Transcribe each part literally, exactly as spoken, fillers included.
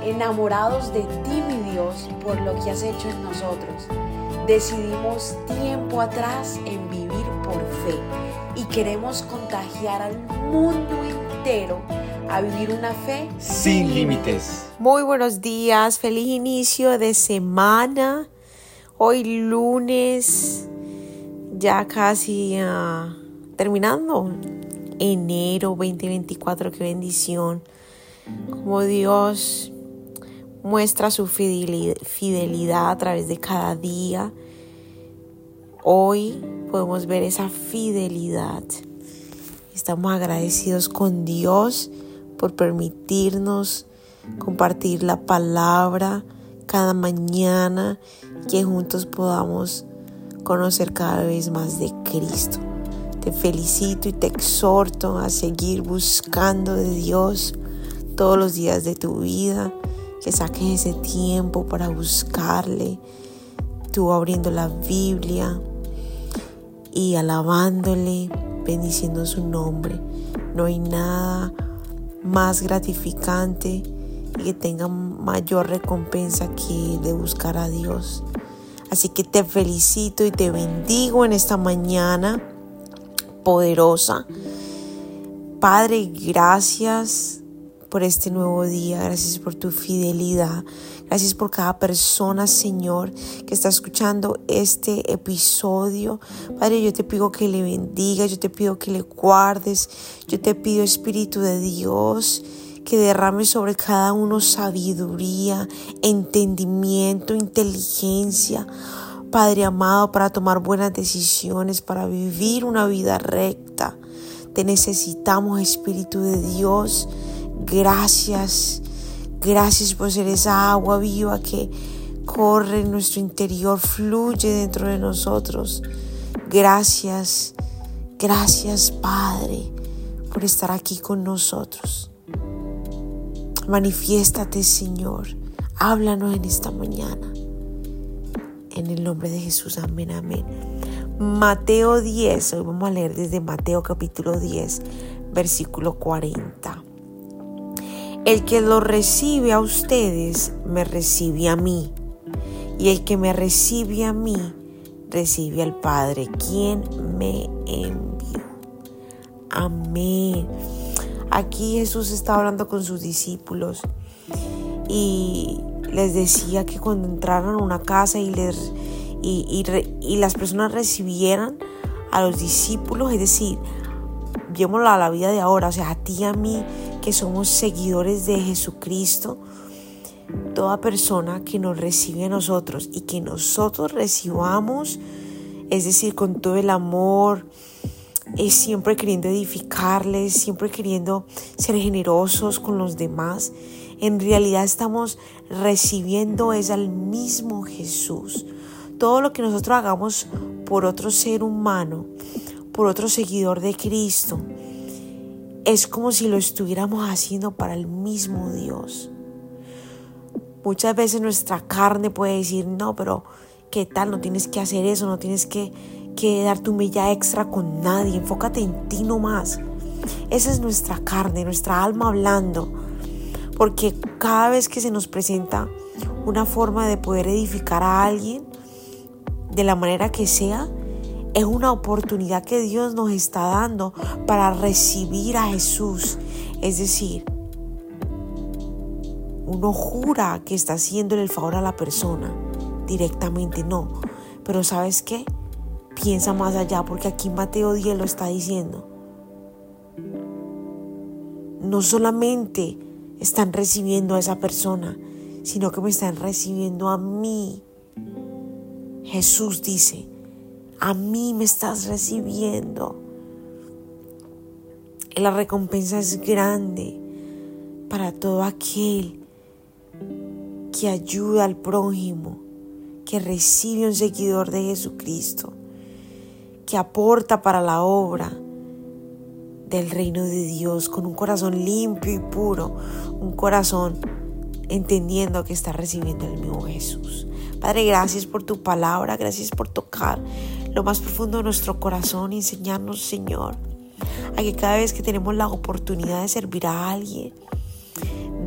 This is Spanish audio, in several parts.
enamorados de ti, mi Dios, por lo que has hecho en nosotros. Decidimos tiempo atrás en vivir por fe y queremos contagiar al mundo entero a vivir una fe sin límites. Muy buenos días, feliz inicio de semana. Hoy lunes, ya casi uh, terminando enero veinte veinticuatro. Qué bendición. Como Dios muestra su fidelidad a través de cada día. Hoy podemos ver esa fidelidad. Estamos agradecidos con Dios por permitirnos compartir la palabra cada mañana, que juntos podamos conocer cada vez más de Cristo. Te felicito y te exhorto a seguir buscando de Dios todos los días de tu vida, que saques ese tiempo para buscarle, tú abriendo la Biblia y alabándole, bendiciendo su nombre. No hay nada más gratificante y que tenga mayor recompensa que de buscar a Dios. Así que te felicito y te bendigo en esta mañana poderosa. Padre, gracias por este nuevo día, gracias por tu fidelidad, gracias por cada persona, Señor, que está escuchando este episodio. Padre, yo te pido que le bendigas, yo te pido que le guardes, yo te pido, Espíritu de Dios, que derrame sobre cada uno sabiduría, entendimiento, inteligencia, Padre amado, para tomar buenas decisiones, para vivir una vida recta. Te necesitamos, Espíritu de Dios. Gracias, gracias por ser esa agua viva que corre en nuestro interior, fluye dentro de nosotros. Gracias, gracias, Padre, por estar aquí con nosotros. Manifiéstate, Señor, háblanos en esta mañana. En el nombre de Jesús, amén, amén. Mateo diez, hoy vamos a leer desde Mateo capítulo diez, versículo cuarenta. El que lo recibe a ustedes, me recibe a mí. Y el que me recibe a mí, recibe al Padre, quien me envió. Amén. Aquí Jesús está hablando con sus discípulos y les decía que cuando entraran a una casa y, les, y, y, re, y las personas recibieran a los discípulos, es decir, llevémoslo a la vida de ahora, o sea, a ti y a mí, que somos seguidores de Jesucristo, toda persona que nos recibe a nosotros y que nosotros recibamos, es decir, con todo el amor, es siempre queriendo edificarles, siempre queriendo ser generosos con los demás, en realidad estamos recibiendo es al mismo Jesús. Todo lo que nosotros hagamos por otro ser humano, por otro seguidor de Cristo, es como si lo estuviéramos haciendo para el mismo Dios. Muchas veces nuestra carne puede decir, no, pero ¿qué tal? No tienes que hacer eso, no tienes que, que dar tu milla extra con nadie, enfócate en ti nomás. Esa es nuestra carne, nuestra alma hablando, porque cada vez que se nos presenta una forma de poder edificar a alguien, de la manera que sea, es una oportunidad que Dios nos está dando para recibir a Jesús. Es decir, uno jura que está haciéndole el favor a la persona, directamente no. Pero ¿sabes qué? Piensa más allá, porque aquí Mateo diez lo está diciendo. No solamente están recibiendo a esa persona, sino que me están recibiendo a mí. Jesús dice, a mí me estás recibiendo. La recompensa es grande para todo aquel que ayuda al prójimo, que recibe un seguidor de Jesucristo, que aporta para la obra del reino de Dios con un corazón limpio y puro, un corazón entendiendo que está recibiendo el mismo Jesús. Padre, gracias por tu palabra, gracias por tocar lo más profundo de nuestro corazón y enseñarnos, Señor, a que cada vez que tenemos la oportunidad de servir a alguien,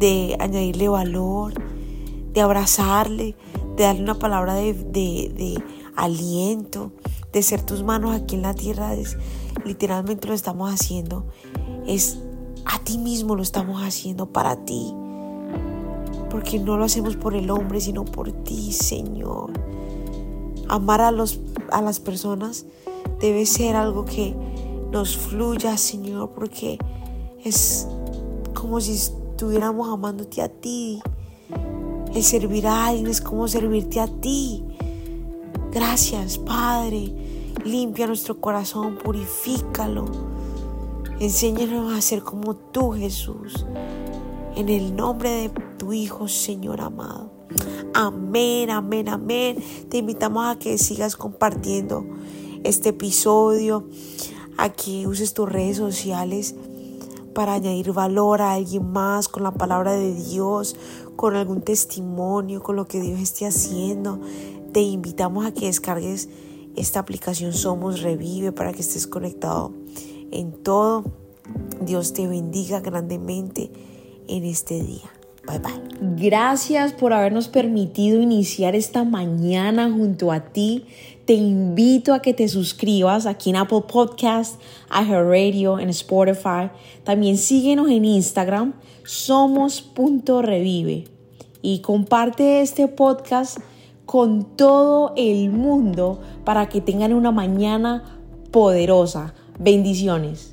de añadirle valor, de abrazarle, de darle una palabra de, de, de aliento, de ser tus manos aquí en la tierra. Es, literalmente lo estamos haciendo. Es a ti mismo lo estamos haciendo, para ti. Porque no lo hacemos por el hombre, sino por ti, Señor. Amar a, los, a las personas debe ser algo que nos fluya, Señor, porque es como si estuviéramos amándote a ti. El servir a alguien es como servirte a ti. Gracias, Padre. Limpia nuestro corazón, purifícalo. Enséñanos a ser como tú, Jesús. En el nombre de tu Hijo, Señor amado. Amén, amén, amén. Te invitamos a que sigas compartiendo este episodio, a que uses tus redes sociales para añadir valor a alguien más con la palabra de Dios, con algún testimonio, con lo que Dios esté haciendo. Te invitamos a que descargues esta aplicación Somos Revive para que estés conectado en todo. Dios te bendiga grandemente en este día. Bye bye. Gracias por habernos permitido iniciar esta mañana junto a ti. Te invito a que te suscribas aquí en Apple Podcast, iHeartRadio, en Spotify. También síguenos en Instagram, somos punto revive. Y comparte este podcast con todo el mundo para que tengan una mañana poderosa. Bendiciones.